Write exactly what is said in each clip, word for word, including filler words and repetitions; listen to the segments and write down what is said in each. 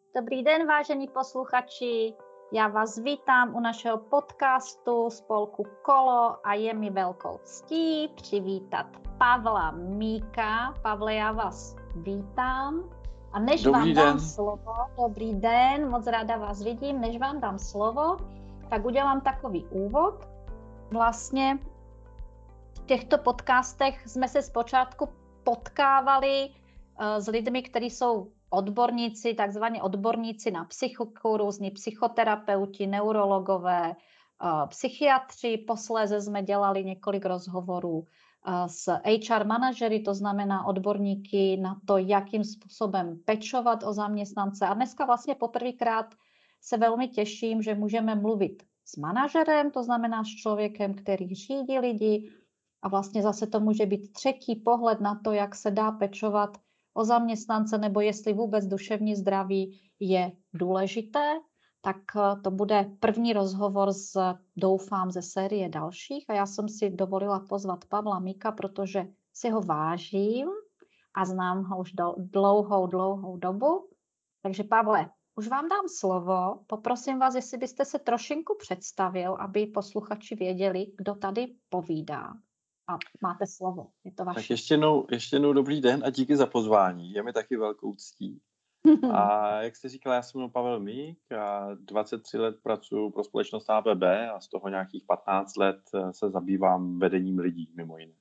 Dobrý den, vážení posluchači. Já vás vítám u našeho podcastu spolku Kolo a je mi velkou ctí přivítat Pavla Míka. Pavle, já vás vítám. A než Dobrý vám den. dám slovo, dobrý den, moc ráda vás vidím, než vám dám slovo, tak udělám takový úvod. Vlastně v těchto podcastech jsme se zpočátku potkávali uh, s lidmi, kteří jsou odborníci, takzvaní odborníci na psychiku, různí psychoterapeuti, neurologové, uh, psychiatři. Posléze jsme dělali několik rozhovorů uh, s há er manažery, to znamená odborníky na to, jakým způsobem pečovat o zaměstnance. A dneska vlastně poprvýkrát se velmi těším, že můžeme mluvit s manažerem, to znamená s člověkem, který řídí lidi. A vlastně zase to může být třetí pohled na to, jak se dá pečovat o zaměstnance, nebo jestli vůbec duševní zdraví je důležité. Tak to bude první rozhovor, z, doufám, ze série dalších. A já jsem si dovolila pozvat Pavla Míka, protože si ho vážím a znám ho už do, dlouhou, dlouhou dobu. Takže Pavle, už vám dám slovo. Poprosím vás, jestli byste se trošinku představil, aby posluchači věděli, kdo tady povídá. A máte slovo, je to vaše. Tak ještě jednou, ještě jednou dobrý den a díky za pozvání. Je mi taky velkou ctí. A jak jste říkala, já jsem Pavel Mík a dvacet tři let pracuji pro společnost á bé bé a z toho nějakých patnáct let se zabývám vedením lidí, mimo jiné.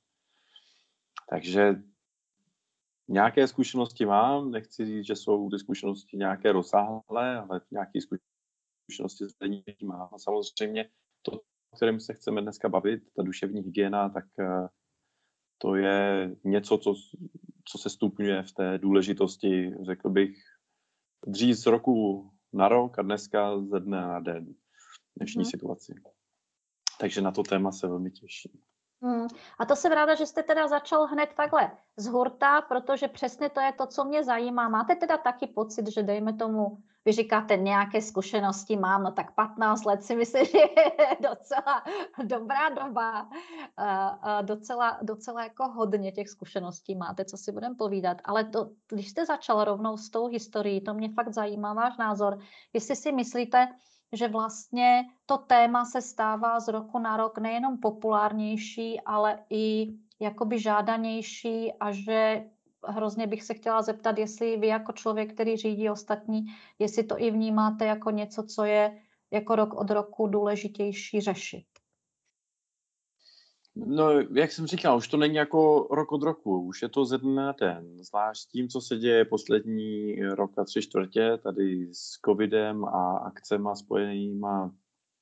Takže nějaké zkušenosti mám, nechci říct, že jsou ty zkušenosti nějaké rozsáhlé, ale nějaké zkušenosti s vedením lidí mám. A samozřejmě to, o kterém se chceme dneska bavit, ta duševní hygiena, tak to je něco, co, co se stupňuje v té důležitosti, řekl bych, dřív z roku na rok a dneska ze dne na den v dnešní hmm. situaci. Takže na to téma se velmi těším. Hmm. A to jsem ráda, že jste teda začal hned takhle z hurta, protože přesně to je to, co mě zajímá. Máte teda taky pocit, že dejme tomu, vy říkáte, nějaké zkušenosti mám, no tak patnáct let si myslím, že je docela dobrá doba. Docela, docela jako hodně těch zkušeností máte, co si budeme povídat. Ale to, když jste začal rovnou s tou historií, to mě fakt zajímá váš názor. Jestli si myslíte, že vlastně to téma se stává z roku na rok nejenom populárnější, ale i jakoby žádanější a že hrozně bych se chtěla zeptat, jestli vy jako člověk, který řídí ostatní, jestli to i vnímáte jako něco, co je jako rok od roku důležitější řešit. No, jak jsem říkal, už to není jako rok od roku, už je to ze dne na den. Zvlášť s tím, co se děje poslední rok a tři čtvrtě, tady s covidem a akcema spojenýma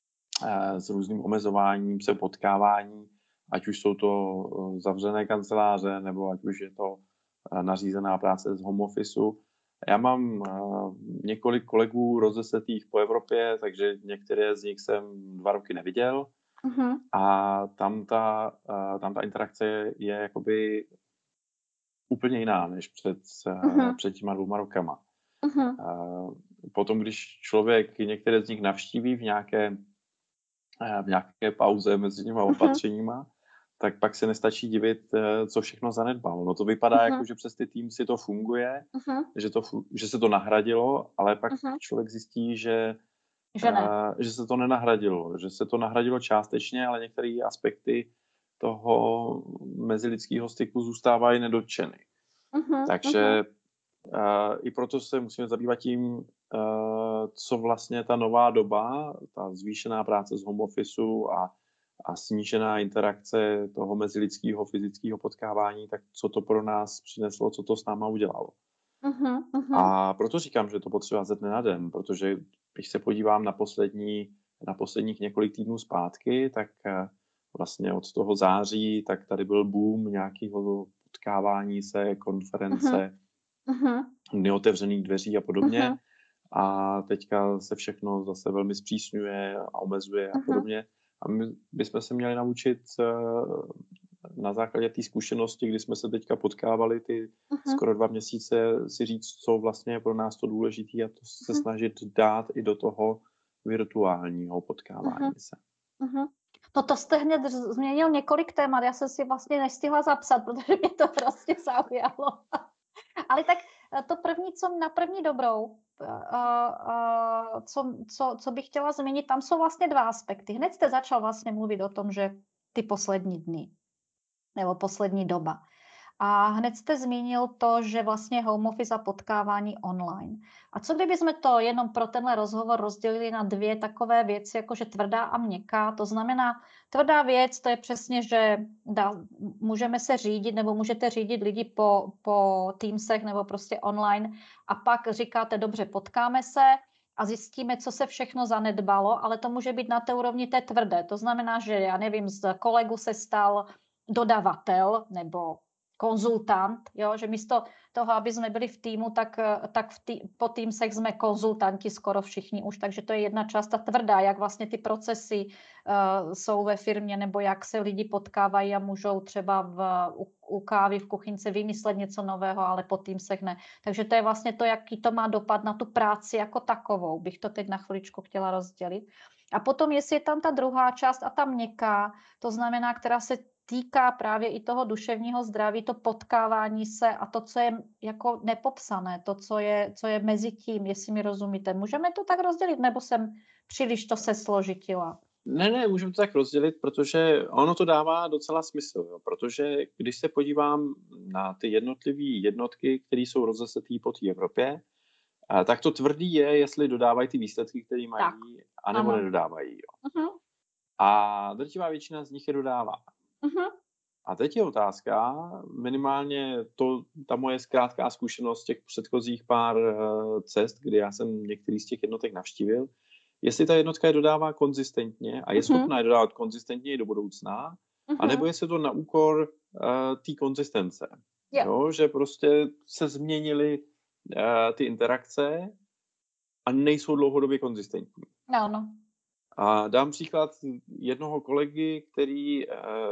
s různým omezováním se potkávání, ať už jsou to zavřené kanceláře, nebo ať už je to nařízená práce z home officeu. Já mám několik kolegů rozesetých po Evropě, takže některé z nich jsem dva roky neviděl. Uh-huh. A tam ta, tam ta interakce je jakoby úplně jiná než před, uh-huh. před těma dvouma rokama. Uh-huh. Potom, když člověk některé z nich navštíví v nějaké, v nějaké pauze mezi těma opatřeníma, uh-huh. tak pak se nestačí divit, co všechno zanedbalo. No to vypadá uh-huh. jako, že přes ty týmy si to funguje, uh-huh. že, to, že se to nahradilo, ale pak uh-huh. člověk zjistí, že Že, uh, že se to nenahradilo, že se to nahradilo částečně, ale některé aspekty toho mezilidského styku zůstávají nedotčeny. Uh-huh, Takže uh-huh. uh, i proto se musíme zabývat tím, uh, co vlastně ta nová doba, ta zvýšená práce z home officeu a, a snížená interakce toho mezilidského fyzického potkávání, tak co to pro nás přineslo, co to s náma udělalo. Uh-huh, uh-huh. A proto říkám, že to potřeba ze dne na den, protože když se podívám na, poslední, na posledních několik týdnů zpátky, tak vlastně od toho září, tak tady byl boom nějakého potkávání se, konference, uh-huh. dny otevřených dveří a podobně. Uh-huh. A teďka se všechno zase velmi zpřísňuje a omezuje a podobně. A my bychom se měli naučit na základě té zkušenosti, kdy jsme se teďka potkávali ty uh-huh. skoro dva měsíce, si říct, co vlastně je pro nás to důležité a to se uh-huh. snažit dát i do toho virtuálního potkávání uh-huh. se. Uh-huh. No to jste hned změnil několik témat, já jsem si vlastně nestihla zapsat, protože mě to prostě zaujalo. Ale tak to první, co na první dobrou, co, co, co bych chtěla zmínit, tam jsou vlastně dva aspekty. Hned jste začal vlastně mluvit o tom, že ty poslední dny, nebo poslední doba. A hned jste zmínil to, že vlastně home office a potkávání online. A co kdyby jsme to jenom pro tenhle rozhovor rozdělili na dvě takové věci, jakože tvrdá a měkká? To znamená, tvrdá věc, to je přesně, že dá, můžeme se řídit, nebo můžete řídit lidi po, po Teamsech nebo prostě online a pak říkáte, dobře, potkáme se a zjistíme, co se všechno zanedbalo, ale to může být na té úrovni té tvrdé. To znamená, že já nevím, z kolegu se stal dodavatel nebo konzultant, jo, že místo toho, aby jsme byli v týmu, tak, tak v tý, po Teamsech jsme konzultanti skoro všichni už, takže to je jedna část ta tvrdá, jak vlastně ty procesy uh, jsou ve firmě, nebo jak se lidi potkávají a můžou třeba v, u, u kávy v kuchynce vymyslet něco nového, ale po Teamsech ne. Takže to je vlastně to, jaký to má dopad na tu práci jako takovou, bych to teď na chviličku chtěla rozdělit. A potom, jestli je tam ta druhá část a ta měkká, to znamená, která se týká právě i toho duševního zdraví, to potkávání se a to, co je jako nepopsané, to, co je, co je mezi tím, jestli mi rozumíte. Můžeme to tak rozdělit, nebo jsem příliš to se složitila? Ne, ne, můžeme to tak rozdělit, protože ono to dává docela smysl, jo, protože když se podívám na ty jednotlivé jednotky, které jsou rozesetý po té Evropě, tak to tvrdý je, jestli dodávají ty výsledky, které mají, tak, anebo ano. nedodávají. Jo. Uh-huh. A drtivá většina z nich je dodává. Uh-huh. A teď je otázka, minimálně to, ta moje zkrátká zkušenost těch předchozích pár uh, cest, kdy já jsem některý z těch jednotek navštívil, jestli ta jednotka je dodává konzistentně a je uh-huh. schopná je dodávat konzistentně i do budoucna, uh-huh. anebo jestli to na úkor uh, té konzistence. Yeah. Jo, že prostě se změnily uh, ty interakce a nejsou dlouhodobě konzistentní. No, no. A dám příklad jednoho kolegy, který uh,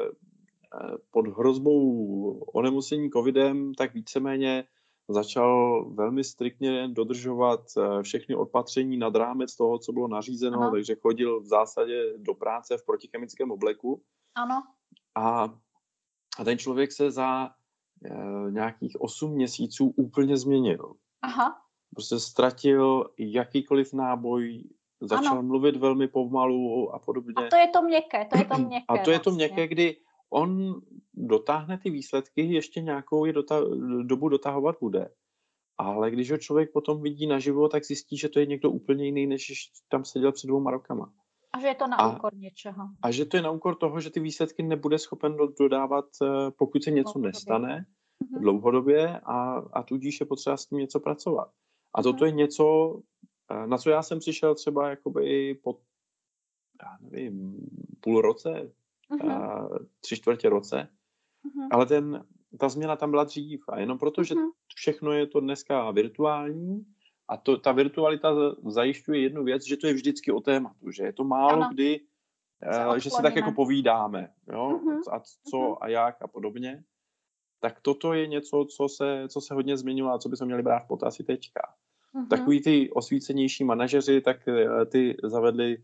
pod hrozbou onemocnění covidem tak víceméně začal velmi striktně dodržovat všechny opatření nad rámec toho, co bylo nařízeno, ano. takže chodil v zásadě do práce v protichemickém obleku. Ano. A, a ten člověk se za e, nějakých osm měsíců úplně změnil. Aha. Prostě ztratil jakýkoliv náboj, začal ano. mluvit velmi pomalu a podobně. A to je to měkké, to je to měkké. A to je to vlastně. měkké, kdy on dotáhne ty výsledky, ještě nějakou je dota- dobu dotahovat bude. Ale když ho člověk potom vidí naživo, tak zjistí, že to je někdo úplně jiný, než tam seděl před dvěma rokama. A že je to na a, úkor něčeho. A že to je na úkor toho, že ty výsledky nebude schopen dodávat, pokud se něco dlouhodobě. nestane mm-hmm. dlouhodobě a, a tudíž je potřeba s tím něco pracovat. A toto mm-hmm. je něco, na co já jsem přišel třeba jakoby po, já nevím, půl roce, Uh-huh. tři čtvrtě roce, uh-huh. ale ten, ta změna tam byla dřív a jenom proto, uh-huh. že všechno je to dneska virtuální a to, ta virtualita zajišťuje jednu věc, že to je vždycky o tématu, že je to málo ano. kdy, uh, že si tak jako povídáme, jo, uh-huh. a co uh-huh. a jak a podobně, tak toto je něco, co se, co se hodně změnilo a co bychom měli brát v potaz i teďka. Uh-huh. Takový ty osvícenější manažeři, tak ty zavedli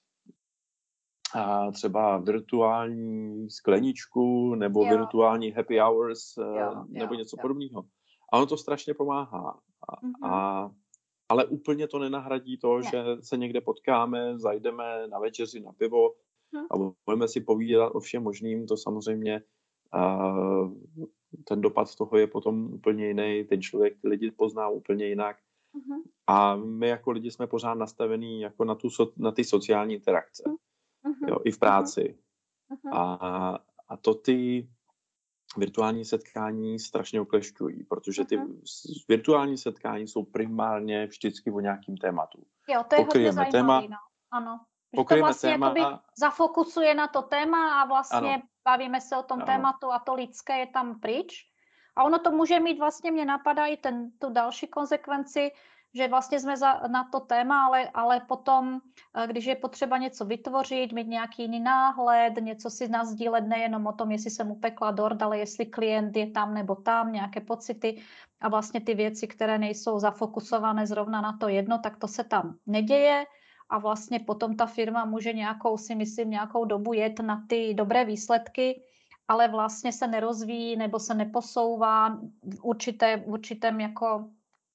a třeba virtuální skleničku nebo jo. virtuální happy hours jo, nebo jo, něco jo. podobného. A ono to strašně pomáhá. A, mm-hmm. a, ale úplně to nenahradí to, ne. že se někde potkáme, zajdeme na večeři, na pivo mm. a budeme si povídat o všem možným. To samozřejmě a, ten dopad toho je potom úplně jiný. Ten člověk ty lidi pozná úplně jinak. Mm-hmm. A my jako lidi jsme pořád nastavení jako na, tu, na ty sociální interakce. Mm. Uh-huh. Jo, i v práci. Uh-huh. A, a to ty virtuální setkání strašně oklešťují, protože ty uh-huh. virtuální setkání jsou primárně vždycky o nějakým tématu. Jo, to je pokryjeme hodně zajímavý, no. Ano. Že to vlastně téma a... zafokusuje na to téma a vlastně ano. bavíme se o tom ano. tématu a to lidské je tam pryč. A ono to může mít, vlastně mě napadá i ten, tu další konsekvenci, že vlastně jsme za, na to téma, ale, ale potom, když je potřeba něco vytvořit, mít nějaký jiný náhled, něco si nasdílet nejenom o tom, jestli jsem upekla dort, ale jestli klient je tam nebo tam, nějaké pocity a vlastně ty věci, které nejsou zafokusované zrovna na to jedno, tak to se tam neděje a vlastně potom ta firma může nějakou, si myslím, nějakou dobu jet na ty dobré výsledky, ale vlastně se nerozvíjí nebo se neposouvá v určité, v určitém jako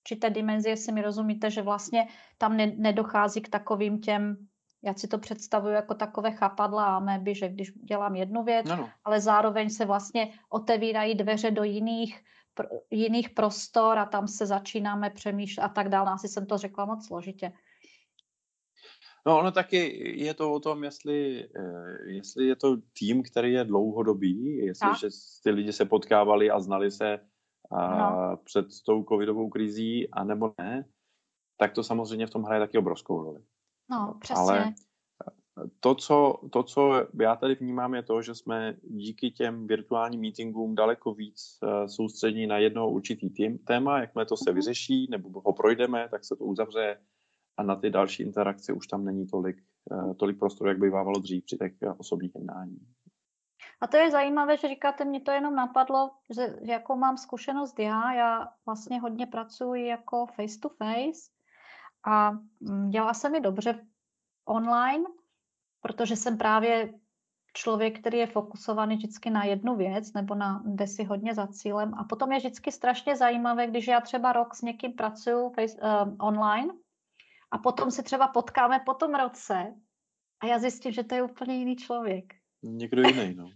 určité dimenzi, jestli mi rozumíte, že vlastně tam ne, nedochází k takovým těm, já si to představuju jako takové chapadla a ameby, že když dělám jednu věc, Ano. ale zároveň se vlastně otevírají dveře do jiných, pr, jiných prostor a tam se začínáme přemýšlet a tak dále. Asi jsem to řekla moc složitě. No ono taky je to o tom, jestli, jestli je to tým, který je dlouhodobý, jestliže ty lidi se potkávali a znali se a před tou covidovou krizí, anebo ne, tak to samozřejmě v tom hraje taky obrovskou roli. No, přesně. Ale to co, to, co já tady vnímám, je to, že jsme díky těm virtuálním meetingům daleko víc soustřední na jedno určitý tým, téma, jakmile to se vyřeší, nebo ho projdeme, tak se to uzavře a na ty další interakce už tam není tolik, tolik prostoru, jak bývalo dřív při těch osobních jednání. A to je zajímavé, že říkáte, mě to jenom napadlo, že jakou mám zkušenost já. Já vlastně hodně pracuji jako face to face a dělá se mi dobře online, protože jsem právě člověk, který je fokusovaný vždycky na jednu věc nebo na, jde si hodně za cílem. A potom je vždycky strašně zajímavé, když já třeba rok s někým pracuju face, uh, online a potom se třeba potkáme po tom roce a já zjistím, že to je úplně jiný člověk. Někdo jiný, no.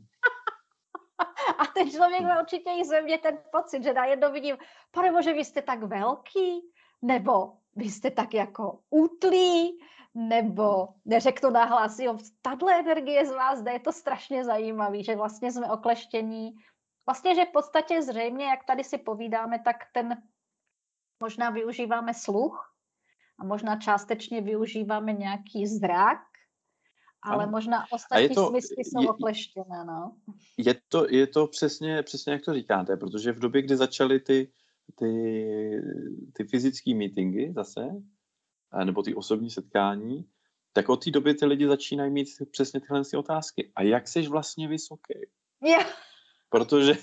A ten člověk má určitě i ze mě ten pocit, že najednou vidím, panebože, vy jste tak velký, nebo vy jste tak jako útlý, nebo neřeknu nahlas, jo, tahle energie z vás jde, je to strašně zajímavý, že vlastně jsme okleštění. Vlastně, že v podstatě zřejmě, jak tady si povídáme, tak ten možná využíváme sluch a možná částečně využíváme nějaký zrak, ale ano. Možná ostatní to, smysly jsou je, okleštěné, no. Je to, je to přesně, přesně, jak to říkáte, protože v době, kdy začaly ty, ty, ty fyzické meetingy zase, nebo ty osobní setkání, tak od té doby ty lidi začínají mít přesně tyhle otázky. A jak jsi vlastně vysoký? Yeah. Protože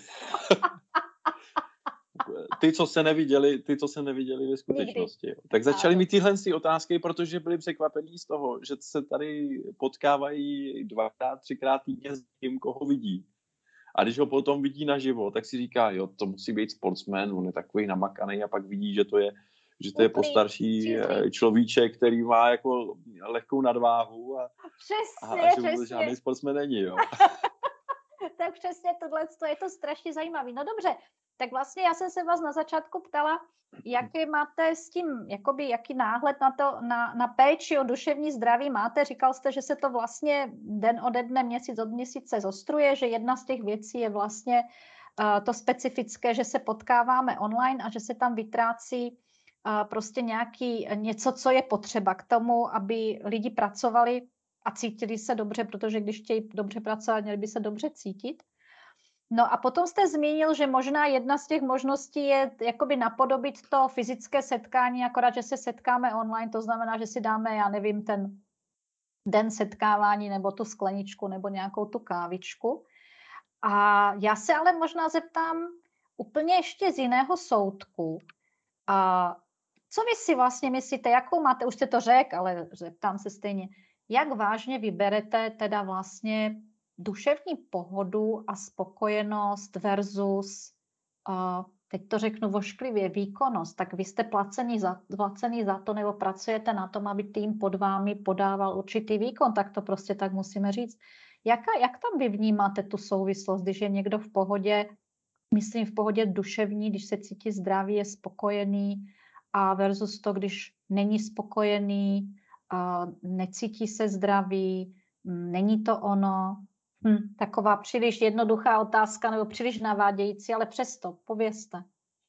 ty, co se neviděli, ty, co se neviděli ve skutečnosti. Tak začali mít tyhle otázky, protože byli překvapení z toho, že se tady potkávají dvakrát, třikrát týdně s tím, koho vidí. A když ho potom vidí naživo, tak si říká, jo, to musí být sportsman, on je takový namakaný a pak vidí, že to je, že to je postarší človíček, který má jako lehkou nadváhu a, přesně, a, a že přesně. žádný sportsman není, jo. Tak přesně tohle, je to strašně zajímavý. No dobře, tak vlastně já jsem se vás na začátku ptala, jaký máte s tím, jakoby, jaký náhled na, to, na, na péči o duševní zdraví máte. Říkal jste, že se to vlastně den ode dne, měsíc od měsíce zostruje, že jedna z těch věcí je vlastně uh, to specifické, že se potkáváme online a že se tam vytrácí uh, prostě nějaký, něco, co je potřeba k tomu, aby lidi pracovali a cítili se dobře, protože když chtějí dobře pracovat, měli by se dobře cítit. No a potom jste zmínil, že možná jedna z těch možností je jakoby napodobit to fyzické setkání, akorát, že se setkáme online, to znamená, že si dáme, já nevím, ten den setkávání nebo tu skleničku nebo nějakou tu kávičku. A já se ale možná zeptám úplně ještě z jiného soudku. A co vy si vlastně myslíte, jakou máte, už jste to řekl, ale zeptám se stejně, jak vážně vyberete teda vlastně duševní pohodu a spokojenost versus, uh, teď to řeknu vošklivě, výkonnost. Tak vy jste placený za, placený za to, nebo pracujete na tom, aby tým pod vámi podával určitý výkon, tak to prostě tak musíme říct. Jaká, jak tam vy vnímáte tu souvislost, když je někdo v pohodě, myslím v pohodě duševní, když se cítí zdravý, je spokojený, a versus to, když není spokojený, uh, necítí se zdravý, není to ono. Hm, taková příliš jednoduchá otázka nebo příliš navádějící, ale přesto, povězte.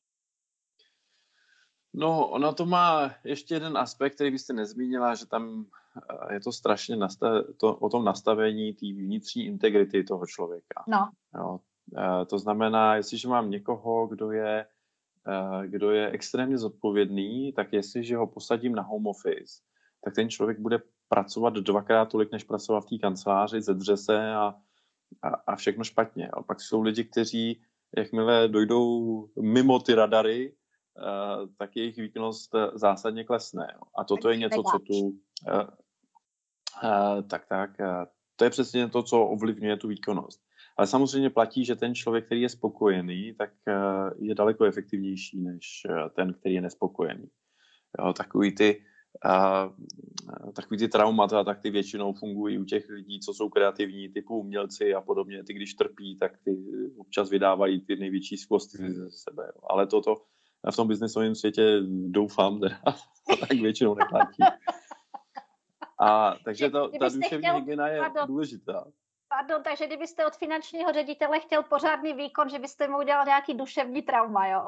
No, ona to má ještě jeden aspekt, který byste nezmínila, že tam je to strašně nastav, to, o tom nastavení té vnitřní integrity toho člověka. No. Jo, to znamená, jestliže mám někoho, kdo je, kdo je extrémně zodpovědný, tak jestliže ho posadím na home office, tak ten člověk bude pracovat dvakrát tolik, než pracovat v té kanceláři, zedře se a, a, a všechno špatně. A pak jsou lidi, kteří, jakmile dojdou mimo ty radary, uh, tak jejich výkonnost zásadně klesne. A toto je něco, co tu... Uh, uh, tak, tak. Uh, to je přesně to, co ovlivňuje tu výkonnost. Ale samozřejmě platí, že ten člověk, který je spokojený, tak je daleko efektivnější než ten, který je nespokojený. Jo, takový ty, uh, takový ty traumata, tak ty většinou fungují u těch lidí, co jsou kreativní, typu umělci a podobně. Ty, když trpí, tak ty občas vydávají ty největší skvosty ze sebe. Jo. Ale toto v tom biznesovém světě doufám, teda, tak většinou neplatí. A takže ta, ta duševní chtěl, hygiena je pardon, důležitá. Pardon, takže kdybyste od finančního ředitele chtěl pořádný výkon, že byste mu udělal nějaký duševní trauma, jo?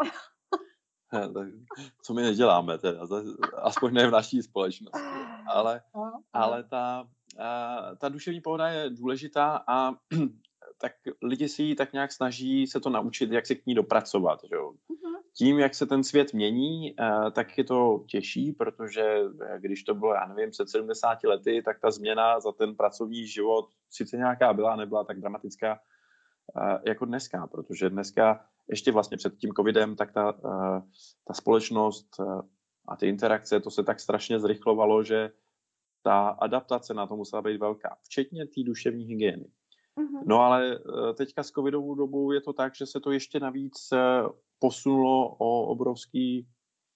Co my neděláme teda, aspoň ne v naší společnosti. Ale, ale ta, ta duševní pohoda je důležitá a tak lidi si ji tak nějak snaží se to naučit, jak se k ní dopracovat. Že? Tím, jak se ten svět mění, tak je to těžší, protože když to bylo, já nevím, před sedmdesáti lety, tak ta změna za ten pracovní život sice nějaká byla, nebyla tak dramatická jako dneska, protože dneska ještě vlastně před tím covidem, tak ta, ta společnost a ty interakce, to se tak strašně zrychlovalo, že ta adaptace na to musela být velká, včetně té duševní hygieny. Mm-hmm. No ale teďka s covidovou dobou je to tak, že se to ještě navíc posunulo o obrovský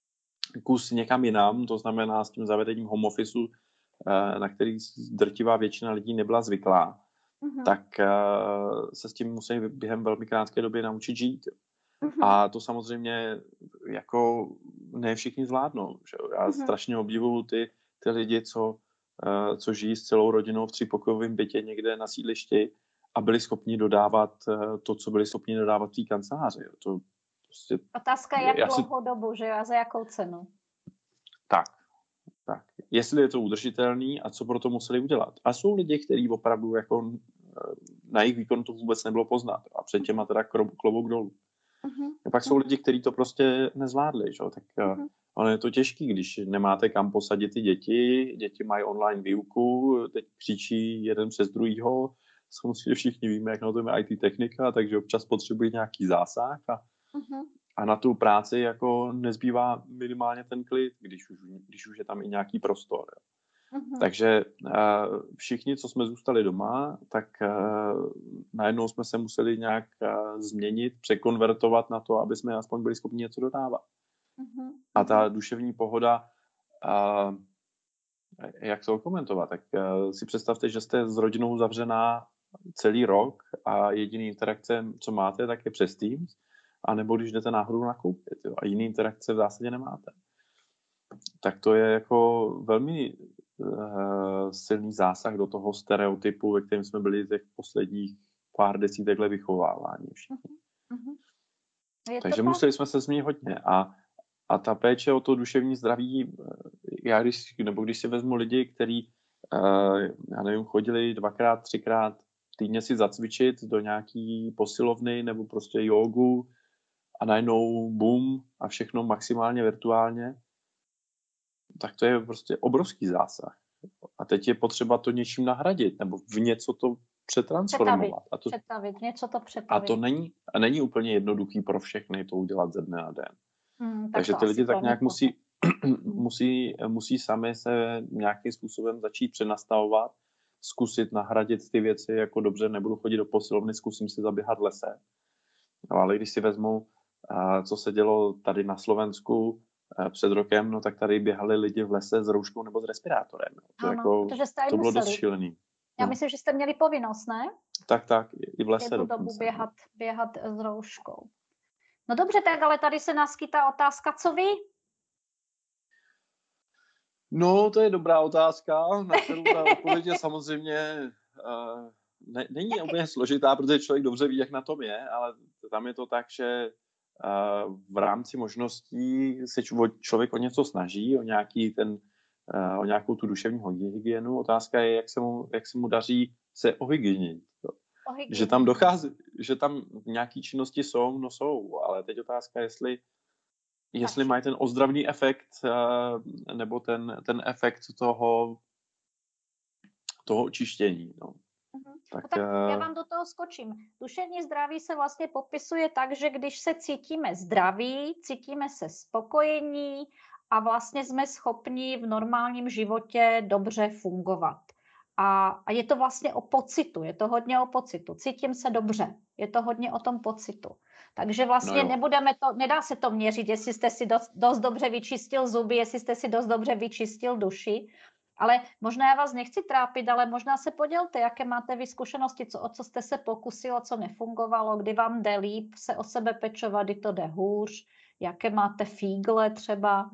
kus někam jinam, to znamená s tím zavedením home officeu, na který drtivá většina lidí nebyla zvyklá. Mm-hmm. tak uh, se s tím musí během velmi krátké doby naučit žít. Mm-hmm. A to samozřejmě jako ne všichni zvládnou. Že? Já mm-hmm. strašně obdivuju ty, ty lidi, co, uh, co žijí s celou rodinou v třípokojovém bytě někde na sídlišti a byli schopni dodávat uh, to, co byli schopni dodávat v té kanceláři. To prostě, otázka je, jak dlouhou si... dobu, že jo, a za jakou cenu. Tak. Tak, jestli je to udržitelný a co pro to museli udělat. A jsou lidi, kteří opravdu jako na jejich výkon to vůbec nebylo poznat a před těma teda klobouk dolů. Uh-huh. A pak jsou lidi, kteří to prostě nezvládli, že? Tak uh-huh. ono je to těžký, když nemáte kam posadit ty děti, děti mají online výuku, teď křičí jeden přes druhýho, samozřejmě všichni víme, jak na tom je í té technika, takže občas potřebují nějaký zásah a uh-huh. A na tu práci jako nezbývá minimálně ten klid, když už, když už je tam i nějaký prostor. Uh-huh. Takže uh, všichni, co jsme zůstali doma, tak uh, najednou jsme se museli nějak uh, změnit, překonvertovat na to, aby jsme aspoň byli schopni něco dodávat. Uh-huh. A ta duševní pohoda, uh, jak to komentovat, tak uh, si představte, že jste s rodinou zavřená celý rok a jediný interakce, co máte, tak je přes Teams. A nebo když jdete náhodou nakoupit, jo, a jiný interakce v zásadě nemáte. Tak to je jako velmi uh, silný zásah do toho stereotypu, ve kterém jsme byli těch posledních pár desítek let vychovávání všichni. Uh-huh. Takže museli jsme se změnit hodně. A, a ta péče o to duševní zdraví, já když, nebo když si vezmu lidi, kteří, uh, já nevím, chodili dvakrát, třikrát týdně si zacvičit do nějaký posilovny nebo prostě jogu, a najednou boom a všechno maximálně virtuálně, tak to je prostě obrovský zásah. A teď je potřeba to něčím nahradit, nebo v něco to přetransformovat. Přetavit, a to, přetavit něco to přetavit. A to není, a není úplně jednoduchý pro všechny to udělat ze dne na den. Hmm, tak Takže ty lidi tak nějak musí, musí, musí sami se nějakým způsobem začít přenastavovat, zkusit nahradit ty věci, jako dobře, nebudu chodit do posilovny, zkusím si zaběhat v lese. No, ale když si vezmu, co se dělo tady na Slovensku před rokem, no tak tady běhali lidi v lese s rouškou nebo s respirátorem. To, ano, jako, to bylo dost šílený. Já no. myslím, že jste měli povinnost, ne? Tak, tak, i v lese. Jednu dobu běhat, běhat s rouškou. No dobře, tak ale tady se naskytá otázka, co vy? No, to je dobrá otázka, na kterou ta odpověď je samozřejmě uh, ne, není úplně složitá, protože člověk dobře ví, jak na tom je, ale tam je to tak, že uh, v rámci možností se člověk o něco snaží, o, nějaký ten, uh, o nějakou tu duševní hygienu. Otázka je, jak se mu, jak se mu daří se ohygienit. Že tam dochází, že tam nějaké činnosti jsou, no jsou, ale teď otázka, jestli jestli mají ten ozdravný efekt uh, nebo ten, ten efekt toho, toho očištění. No. Uh-huh. Tak, no tak uh... já vám do toho skočím. Duševní zdraví se vlastně popisuje tak, že když se cítíme zdraví, cítíme se spokojení a vlastně jsme schopni v normálním životě dobře fungovat. A, a je to vlastně o pocitu, je to hodně o pocitu. Cítím se dobře, je to hodně o tom pocitu. Takže No vlastně jo. nebudeme to, nedá se to měřit, jestli jste si dost, dost dobře vyčistil zuby, jestli jste si dost dobře vyčistil duši. Ale možná já vás nechci trápit, ale možná se podělte, jaké máte vy zkušenosti, co, o co jste se pokusilo, co nefungovalo, kdy vám jde líp se o sebe pečovat, kdy to jde hůř, jaké máte fígle třeba.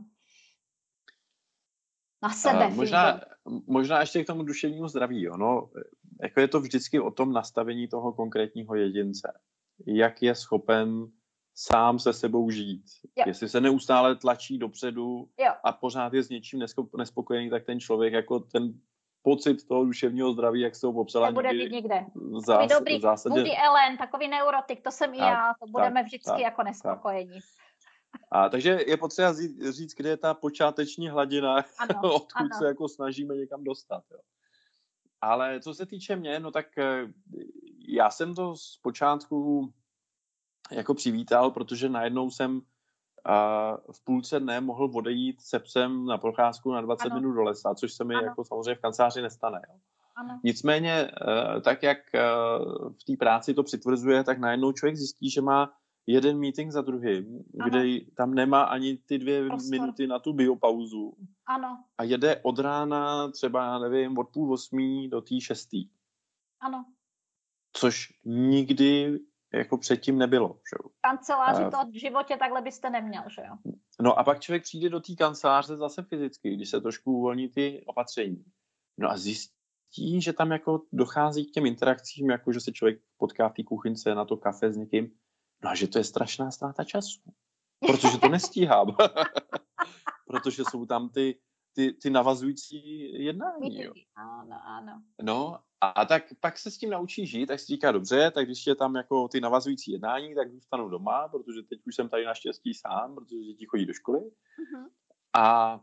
Na sebe Uh, možná, fígle. možná ještě k tomu duševnímu zdraví. Jo. No, jako je to vždycky o tom nastavení toho konkrétního jedince. Jak je schopen sám se sebou žít. Jo. Jestli se neustále tlačí dopředu Jo. a pořád je s něčím nespokojený, tak ten člověk jako ten pocit toho duševního zdraví, jak jste ho popsala, nebude mít nikde. Zás, Takový dobrý v zásadě, Woody Allen, takový neurotik, to jsem i tak, já, to budeme tak, vždycky tak, jako nespokojení. Tak. A takže je potřeba říct, kde je ta počáteční hladina, ano, odkud ano. se jako snažíme někam dostat. Jo. Ale co se týče mě, no tak já jsem to zpočátku jako přivítal, protože najednou jsem uh, v půlce dne mohl odejít se psem na procházku na dvacet ano. minut do lesa, což se mi ano. jako samozřejmě v kanceláři nestane. Jo. Ano. Nicméně, uh, tak jak uh, v té práci to přitvrzuje, tak najednou člověk zjistí, že má jeden meeting za druhým, ano. kde tam nemá ani ty dvě Prostor. minuty na tu biopauzu. Ano. A jede od rána třeba, nevím, od půl osmí do té šestý. Ano. Což nikdy jako předtím nebylo. Že? V kanceláři to v životě takhle byste neměl, že jo? No a pak člověk přijde do té kanceláře zase fyzicky, když se trošku uvolní ty opatření. No a zjistí, že tam jako dochází k těm interakcím, jako že se člověk potká v té kuchynce na to kafe s někým. No a že to je strašná ztráta času. Protože to nestíhám. Protože jsou tam ty, ty, ty navazující jednání. Jo. Ano, ano. No a tak pak se s tím naučí žít, tak si říká, dobře, tak když je tam jako ty navazující jednání, tak zůstanu doma, protože teď už jsem tady naštěstí sám, protože děti chodí do školy. Uh-huh. A,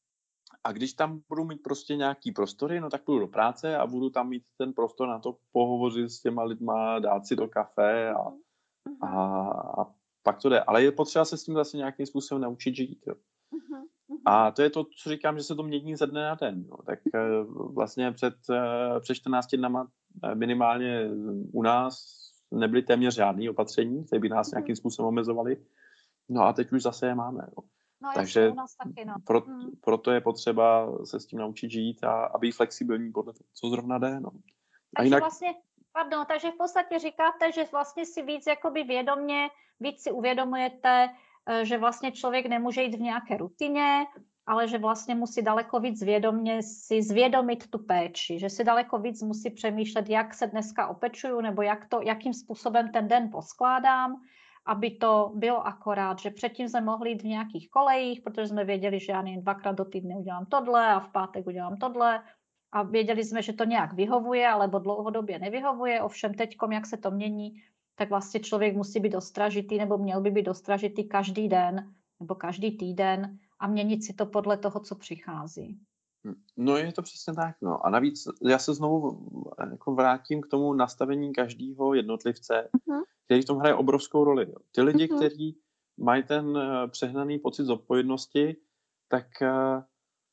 a když tam budu mít prostě nějaký prostory, no tak půjdu do práce a budu tam mít ten prostor na to pohovořit s těma lidma, dát si do kafe a, uh-huh. a, a pak to jde. Ale je potřeba se s tím zase nějakým způsobem naučit žít. Jo. Uh-huh. A to je to, co říkám, že se to mění ze dne na den. No. Tak vlastně před, před čtrnácti dnama minimálně u nás nebyly téměř žádné opatření, které by nás nějakým způsobem omezovaly. No a teď už zase je máme. No. No, takže jasně, u nás taky, no. pro, hmm. proto je potřeba se s tím naučit žít a, a být flexibilní podle toho, co zrovna jde. No. Takže jinak... vlastně, pardon, takže v podstatě říkáte, že vlastně si víc jakoby vědomě, víc si uvědomujete, že vlastně člověk nemůže jít v nějaké rutině, ale že vlastně musí daleko víc vědomě si zvědomit tu péči, že si daleko víc musí přemýšlet, jak se dneska opečuju, nebo jak to, jakým způsobem ten den poskládám, aby to bylo akorát, že předtím jsme mohli jít v nějakých kolejích, protože jsme věděli, že já nevím, dvakrát do týdne udělám tohle a v pátek udělám tohle a věděli jsme, že to nějak vyhovuje, alebo dlouhodobě nevyhovuje, ovšem teďkom, jak se to mění, tak vlastně člověk musí být ostražitý nebo měl by být ostražitý každý den nebo každý týden a měnit si to podle toho, co přichází. No je to přesně tak. No. A navíc já se znovu jako vrátím k tomu nastavení každého jednotlivce, uh-huh. který v tom hraje obrovskou roli. Jo. Ty lidi, uh-huh. kteří mají ten uh, přehnaný pocit zodpovědnosti, tak uh,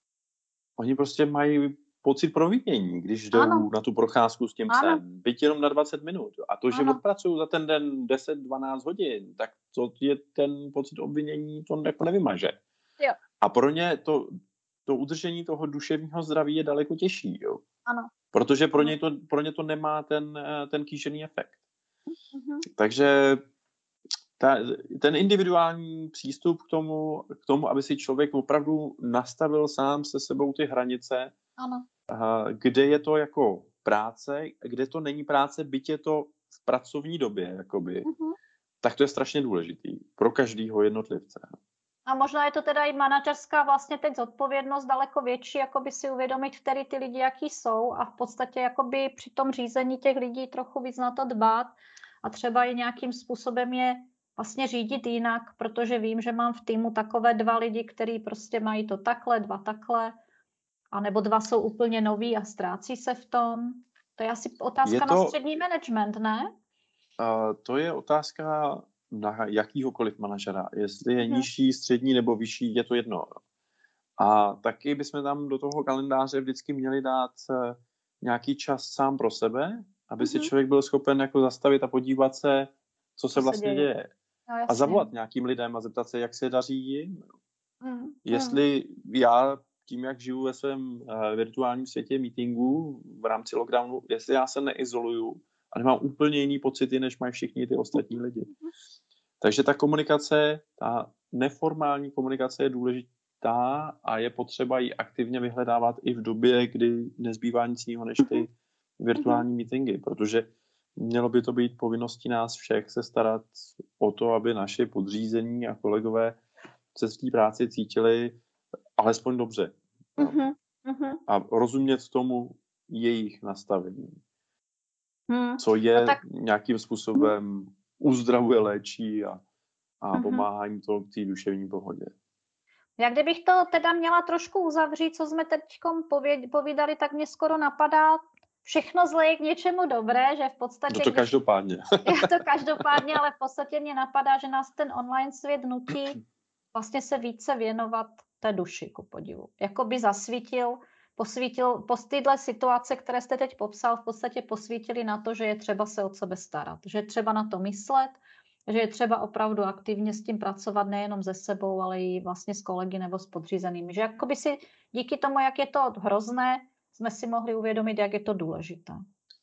oni prostě mají pocit provinění, když jdou ano. na tu procházku s tím psem. Byť jenom na dvacet minut. A to, že odpracují za ten den deset dvanáct hodin, tak to je ten pocit obvinění, to jako nevymaže. Jo. A pro ně to, to udržení toho duševního zdraví je daleko těžší. Jo. Ano. Protože pro ně, to, pro ně to nemá ten, ten kýžený efekt. Uh-huh. Takže ta, ten individuální přístup k tomu, k tomu, aby si člověk opravdu nastavil sám se sebou ty hranice, ano. kde je to jako práce, kde to není práce, byť je to v pracovní době, jakoby, uh-huh. tak to je strašně důležitý pro každého jednotlivce. A možná je to teda i manažerská vlastně teď zodpovědnost daleko větší, jakoby si uvědomit, který ty lidi, jaký jsou a v podstatě jakoby při tom řízení těch lidí trochu víc na to dbát a třeba i nějakým způsobem je vlastně řídit jinak, protože vím, že mám v týmu takové dva lidi, kteří prostě mají to takhle, dva takhle, a nebo dva jsou úplně noví a ztrácí se v tom. To je asi otázka je to, na střední management, ne? Uh, to je otázka na jakýhokoliv manažera. Jestli je hmm. nižší, střední nebo vyšší, je to jedno. A taky bychom tam do toho kalendáře vždycky měli dát nějaký čas sám pro sebe, aby si Mhm. člověk byl schopen jako zastavit a podívat se, co se Co se vlastně děje. děje. No A jasně. zavolat nějakým lidem a zeptat se, jak se daří jim. Mm, mm. Jestli já tím, jak žiju ve svém uh, virtuálním světě meetingů v rámci lockdownu, jestli já se neizoluju a nemám úplně jiný pocity, než mají všichni ty ostatní lidi. Takže ta komunikace, ta neformální komunikace je důležitá a je potřeba ji aktivně vyhledávat i v době, kdy nezbývá nic jiného než ty virtuální meetingy, protože mělo by to být povinností nás všech se starat o to, aby naši podřízení a kolegové se v té práci cítili alespoň dobře. Mhm, mhm. A rozumět tomu jejich nastavení. Hmm. Co je No tak- nějakým způsobem uzdravuje, léčí a, a Mhm. pomáhá jim to k té duševní pohodě. Já kdybych to teda měla trošku uzavřít, co jsme teď povídali, tak mě skoro napadá, všechno zlé je k něčemu dobré, že v podstatě... No to když... každopádně. Je to každopádně, ale v podstatě mě napadá, že nás ten online svět nutí vlastně se více věnovat té duši, ku podivu. Jakoby zasvítil, posvítil, po téhle situace, které jste teď popsal, v podstatě posvítili na to, že je třeba se o sebe starat, že je třeba na to myslet, že je třeba opravdu aktivně s tím pracovat nejenom se sebou, ale i vlastně s kolegy nebo s podřízenými. Že jakoby si díky tomu, jak je to hrozné, jsme si mohli uvědomit, jak je to důležité.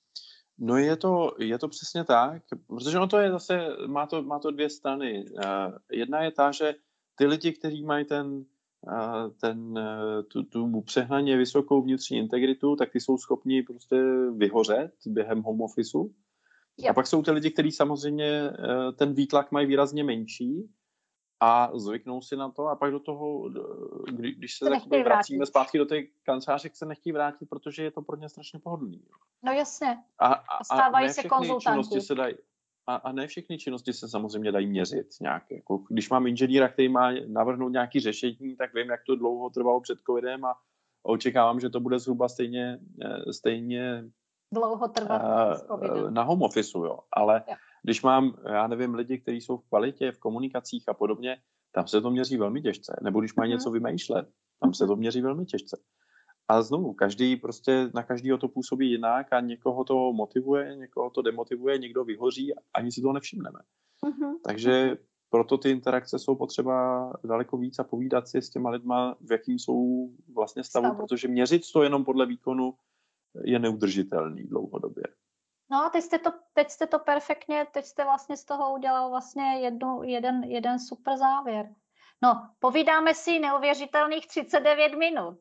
No je to, je to přesně tak, protože ono to je zase, má to, má to dvě strany. Uh, jedna je ta, že ty lidi, kteří mají ten, uh, ten, uh, tu, tu přehnaně vysokou vnitřní integritu, tak ty jsou schopni prostě vyhořet během home officeu. Jo. A pak jsou ty lidi, kteří samozřejmě uh, ten výtlak mají výrazně menší a zvyknou si na to a pak do toho, kdy, když se, se vracíme vrátit. zpátky do té kanceláře, se nechtějí vrátit, protože je to pro ně strašně pohodlný. No jasně. A, a, stávají a ne se všechny konzultanti. činnosti se dají, a, a ne všechny činnosti se samozřejmě dají měřit nějak. Jako, když mám inženýra, který má navrhnout nějaké řešení, tak vím, jak to dlouho trvalo před covidem a očekávám, že to bude zhruba stejně, stejně dlouho trvat uh, na home officeu, jo. Ale jo. Když mám, já nevím, lidi, kteří jsou v kvalitě, v komunikacích a podobně, tam se to měří velmi těžce. Nebo když mají hmm. něco vymýšlet, tam se to měří velmi těžce. A znovu, každý prostě, na každýho to působí jinak a někoho to motivuje, někoho to demotivuje, někdo vyhoří a ani si toho nevšimneme. Mm-hmm. Takže proto ty interakce jsou potřeba daleko víc a povídat si s těma lidma, v jakým jsou vlastně stavu, stavu. Protože měřit to jenom podle výkonu je neudržitelný dlouhodobě. No a teď jste to, teď jste to perfektně, teď jste vlastně z toho udělal vlastně jednu, jeden, jeden super závěr. No, povídáme si neuvěřitelných třicet devět minut.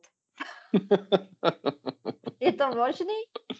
Je to možný?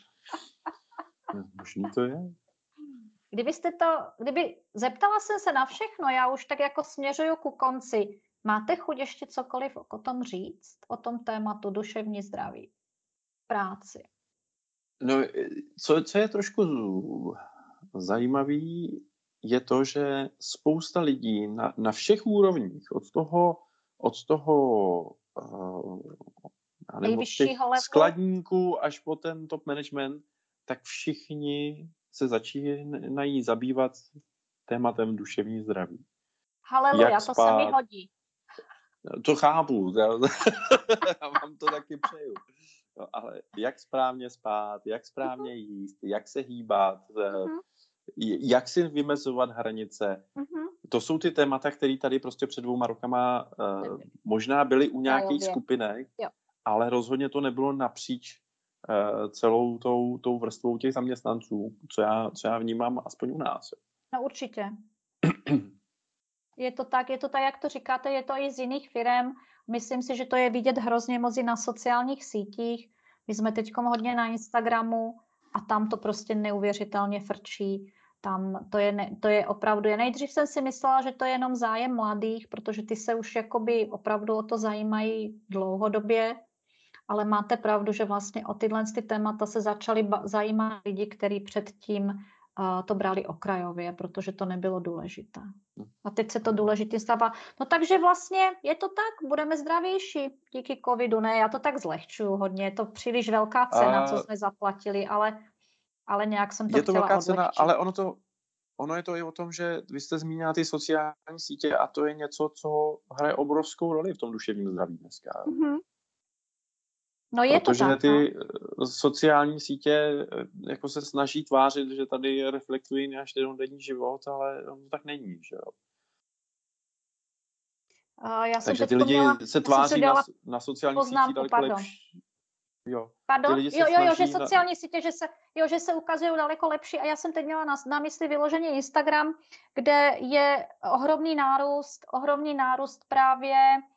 Možný to je. Kdybyste to, kdyby, zeptala jsem se na všechno, já už tak jako směřuju ku konci. Máte chuť ještě cokoliv o tom říct? O tom tématu duševní zdraví, práci? No, co, co je trošku zajímavý, je to, že spousta lidí na, na všech úrovních, od toho, od toho uh, nebo z těch skladníků až po ten top management, tak všichni se začínají zabývat tématem duševní zdraví. Haleluja, to se mi hodí. To chápu, já vám to taky přeju. No, ale jak správně spát, jak správně uh-huh. jíst, jak se hýbat, uh-huh. jak si vymezovat hranice. Uh-huh. To jsou ty témata, které tady prostě před dvouma rokama uh, možná byly u nějakých skupinek, jo. Ale rozhodně to nebylo napříč uh, celou tou, tou vrstvou těch zaměstnanců, co já, co já vnímám aspoň u nás. No určitě. Je to tak, je to tak, jak to říkáte, je to i z jiných firem. Myslím si, že to je vidět hrozně moc i na sociálních sítích. My jsme teď hodně na Instagramu a tam to prostě neuvěřitelně frčí. Tam to je, ne, to je opravdu, je. Nejdřív jsem si myslela, že to je jenom zájem mladých, protože ty se už jakoby opravdu o to zajímají dlouhodobě, ale máte pravdu, že vlastně o tyhle ty témata se začali ba- zajímat lidi, kteří předtím uh, to brali okrajově, protože to nebylo důležité. A teď se to důležitý stává. No takže vlastně je to tak, budeme zdravější díky covidu, ne? Já to tak zlehčuju hodně, je to příliš velká cena, a... co jsme zaplatili, ale, ale nějak jsem to je to chtěla velká odlehčit. Cena, ale ono to, ono je to i o tom, že vy jste zmínila ty sociální sítě a to je něco, co hraje obrovskou roli v tom duševním zdraví dneska. Mm-hmm. No je Protože to tak, ty, no. sociální sítě jako se snaží tvářit, že tady reflektují náš denní život, ale to tak není, že jo. Uh, já jsem Takže ty lidi měla, se tváří na, na sociálních sítích daleko pardon. lepší. Jo. Pardon? Jo, jo, jo, že sociální na... sítě, že se, jo, že se ukazují daleko lepší. A já jsem teď měla na, na mysli vyloženě Instagram, kde je ohromný nárůst, ohromný nárůst právě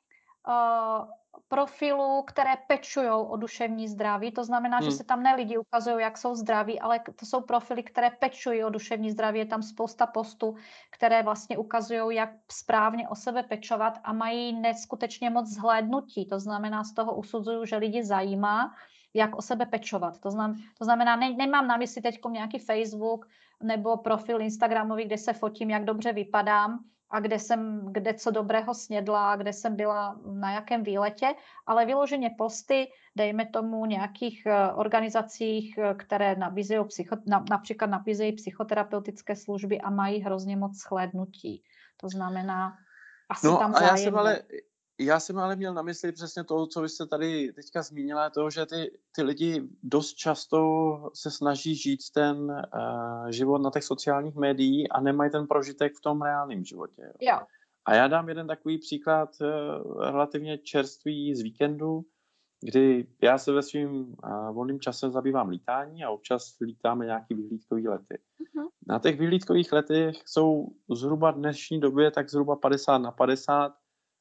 uh, profilů, které pečujou o duševní zdraví. To znamená, hmm. že se tam ne lidi ukazují, jak jsou zdraví, ale to jsou profily, které pečují o duševní zdraví. Je tam spousta postů, které vlastně ukazují, jak správně o sebe pečovat a mají neskutečně moc zhlédnutí. To znamená, z toho usuzuju, že lidi zajímá, jak o sebe pečovat. To znamená, to znamená ne, nemám na mysli teď nějaký Facebook nebo profil Instagramový, kde se fotím, jak dobře vypadám, a kde jsem, kde co dobrého snědla, kde jsem byla na jakém výletě, ale vyloženě posty, dejme tomu nějakých organizacích, které nabízejí psycho, na, například nabízejí psychoterapeutické služby a mají hrozně moc shlédnutí. To znamená, asi no, tam a zájem. Já jsem ale, já jsem ale měl na mysli přesně to, co vy jste tady teďka zmínila, to, že ty, ty lidi dost často se snaží žít ten uh, život na těch sociálních médiích a nemají ten prožitek v tom reálném životě. Jo. Jo. A já dám jeden takový příklad uh, relativně čerstvý z víkendu, kdy já se ve svým uh, volným časem zabývám lítání a občas lítáme nějaký vyhlídkový lety. Uh-huh. Na těch vyhlídkových letech jsou zhruba dnešní době tak zhruba padesát na padesát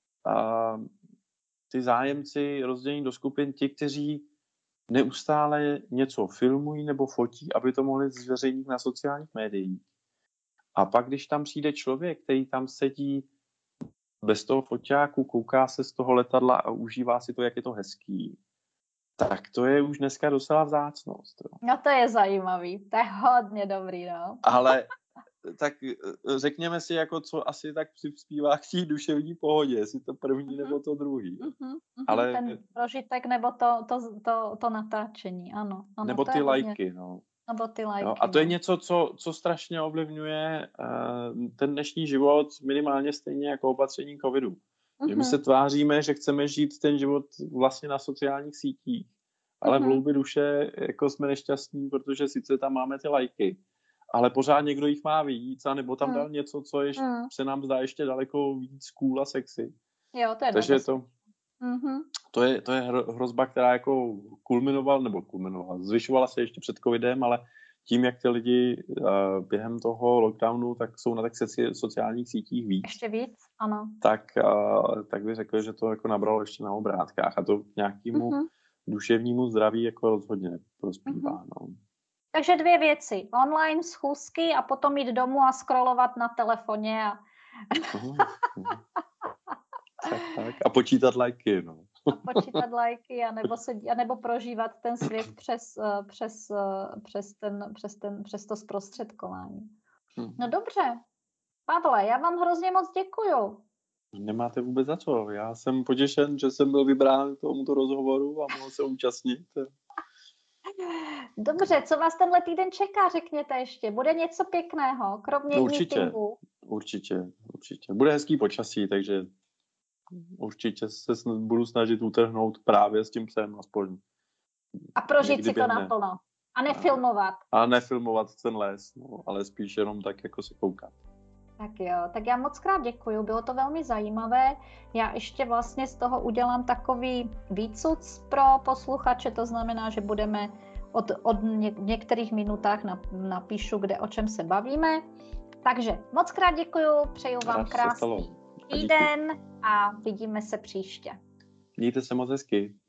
a ty zájemci rozdělení do skupin, ti, kteří neustále něco filmují nebo fotí, aby to mohli zveřejnit na sociálních médiích. A pak, když tam přijde člověk, který tam sedí bez toho foťáku, kouká se z toho letadla a užívá si to, jak je to hezký, tak to je už dneska docela vzácnost. Jo. No to je zajímavý, to je hodně dobrý, no. Ale tak řekněme si, jako co asi tak přispívá k té duševní pohodě, jestli to první uh-huh. nebo to druhý. Uh-huh. Uh-huh. Ale ten prožitek nebo to, to, to, to natáčení, ano. ano nebo to ty lajky, hodně... no. Nebo ty lajky, no. A to je no. něco, co, co strašně ovlivňuje uh, ten dnešní život minimálně stejně jako opatření covidu. Uh-huh. My se tváříme, že chceme žít ten život vlastně na sociálních sítích, ale uh-huh. v hloubi duše jako jsme nešťastní, protože sice tam máme ty lajky, ale pořád někdo jich má víc, anebo tam dal mm. něco, co ještě, mm. se nám zdá ještě daleko víc cool a sexy. Jo, to je Takže to, mm-hmm. to, je, to je hrozba, která jako kulminovala, nebo kulminovala, zvyšovala se ještě před covidem, ale tím, jak ty lidi uh, během toho lockdownu, tak jsou na těch sociálních sítích víc. Ještě víc, ano. Tak, uh, tak bych řekl, že to jako nabralo ještě na obrátkách a to k nějakému mm-hmm. duševnímu zdraví jako rozhodně prospívá, mm-hmm. no. Takže dvě věci. Online schůzky a potom jít domů a scrollovat na telefoně. A, tak, tak. a počítat lajky. No. A počítat lajky, anebo, se, anebo prožívat ten svět přes, přes, přes, ten, přes, ten, přes to zprostředkování. No dobře. Pavle, já vám hrozně moc děkuju. Nemáte vůbec za co. Já jsem potěšen, že jsem byl vybrán k tomuto rozhovoru a mohl se účastnit. Dobře, co vás tenhle týden čeká, řekněte ještě. Bude něco pěkného, kromě no, určitě, meetingu? Určitě, určitě. Bude hezký počasí, takže určitě se budu snažit utrhnout právě s tím psem aspoň. A prožít si to naplno. A nefilmovat. A nefilmovat ten les, no, ale spíš jenom tak jako se koukat. Tak jo, tak já moc krát děkuju, bylo to velmi zajímavé. Já ještě vlastně z toho udělám takový výcuc pro posluchače, to znamená, že budeme od, od ně, některých minutách napíšu, kde o čem se bavíme. Takže moc krát děkuju, přeju vám krásný týden a vidíme se příště. Mějte se moc hezky.